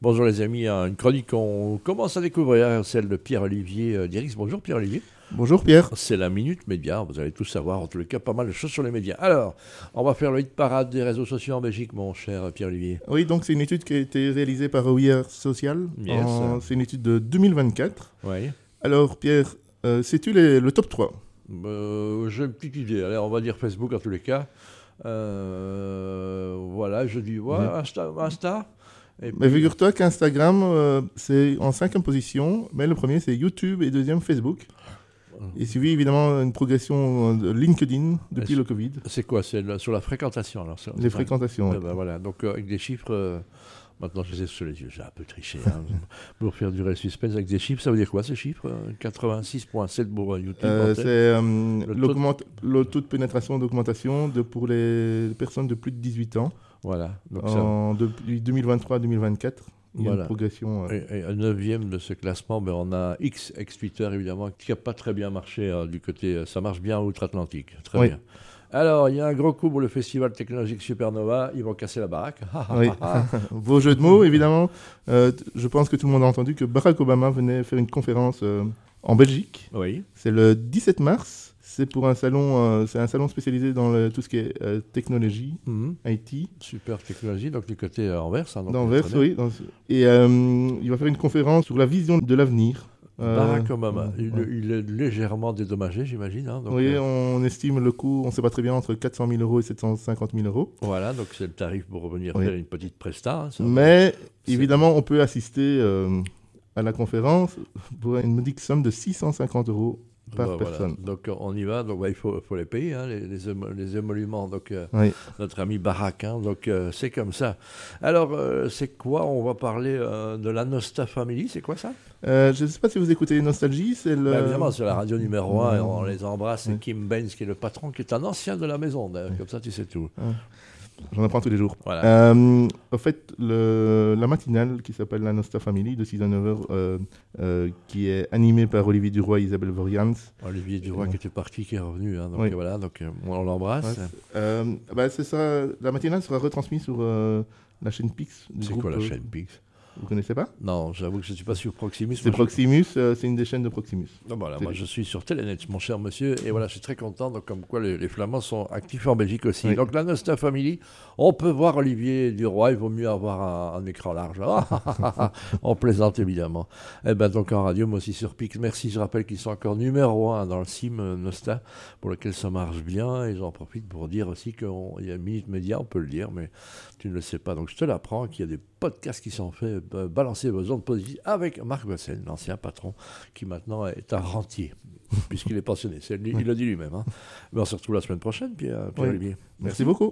Bonjour les amis, une chronique qu'on commence à découvrir, celle de Pierre-Olivier Dierix. Bonjour Pierre-Olivier. Bonjour Pierre. C'est la Minute Média, vous allez tous savoir en tous les cas pas mal de choses sur les médias. Alors, on va faire le hit parade des réseaux sociaux en Belgique, mon cher Pierre-Olivier. Oui, donc c'est une étude qui a été réalisée par OIR Social. Yes. C'est une étude de 2024. Oui. Alors Pierre, sais-tu le top 3? J'ai une petite idée, allez, on va dire Facebook en tous les cas. Voilà, je dis Insta. Et Mais puis, figure-toi qu'Instagram, c'est en 5e position, mais le premier c'est YouTube et deuxième Facebook. Et suivi évidemment une progression de LinkedIn depuis le Covid. c'est quoi? Sur la fréquentation alors Les fréquentations. Ouais, ben voilà, donc avec des chiffres, maintenant je les ai sous les yeux, j'ai un peu triché. Pour faire durer le suspense avec des chiffres, ça veut dire quoi ces chiffres? 86,7 pour YouTube. C'est le taux de pénétration d'augmentation pour les personnes de plus de 18 ans. Voilà. Donc depuis 2023 à 2024, il y a une progression. Et un 9e de ce classement, on a X, ex-Twitter évidemment, qui n'a pas très bien marché du côté. Ça marche bien outre-Atlantique. Très bien. Alors, il y a un gros coup pour le festival technologique Supernova. Ils vont casser la baraque. Oui. Vos jeux de mots, évidemment. Je pense que tout le monde a entendu que Barack Obama venait faire une conférence en Belgique. Oui. C'est le 17 mars. C'est pour un salon, c'est un salon spécialisé dans tout ce qui est technologie, IT. Super technologie, donc du côté Anvers. D'Anvers, oui. Et il va faire une conférence sur la vision de l'avenir. Barack Obama, il est légèrement dédommagé, j'imagine. Oui, on estime le coût, on ne sait pas très bien, entre 400 000 euros et 750 000 euros. Voilà, donc c'est le tarif pour revenir faire une petite presta. Mais évidemment, on peut assister à la conférence pour une modique somme de 650 euros par personne. Voilà. Donc on y va, donc il faut les payer, les émoluments. Donc notre ami Barack, donc c'est comme ça. Alors c'est quoi? On va parler de la Nosta Family, c'est quoi ça? Je ne sais pas si vous écoutez Nostalgie, c'est évidemment, c'est la radio numéro 1, et on les embrasse. C'est Kim Baines qui est le patron, qui est un ancien de la maison, d'ailleurs. Comme ça tu sais tout. J'en apprends tous les jours. Voilà. En fait, la matinale qui s'appelle la Nosta Family de 6 à 9h, qui est animée par Olivier Duroy et Isabelle Vorians. Olivier Duroy qui était parti, qui est revenu. Donc voilà, donc on l'embrasse. C'est ça, la matinale sera retransmise sur la chaîne Pix. C'est quoi la chaîne Pix? Vous ne connaissez pas? Non, j'avoue que je ne suis pas sur Proximus. C'est Proximus, c'est une des chaînes de Proximus. Voilà, moi je suis sur Telenet, mon cher monsieur, et voilà, je suis très content. Donc, comme quoi les Flamands sont actifs en Belgique aussi. Oui. Donc, la Nosta Family, on peut voir Olivier Duroy, il vaut mieux avoir un écran large. On plaisante évidemment. Et donc en radio, moi aussi sur Pix. Merci, je rappelle qu'ils sont encore numéro 1 dans le SIM Nosta, pour lequel ça marche bien. Et j'en profite pour dire aussi qu'il y a une Minute Média, on peut le dire, mais tu ne le sais pas. Donc, je te l'apprends qu'il y a des podcasts qui sont faits, balancer vos ondes positives avec Marc Gossen, l'ancien patron, qui maintenant est un rentier, puisqu'il est pensionné. Il l'a dit lui-même. Mais on se retrouve la semaine prochaine, Pierre-Olivier. Merci beaucoup.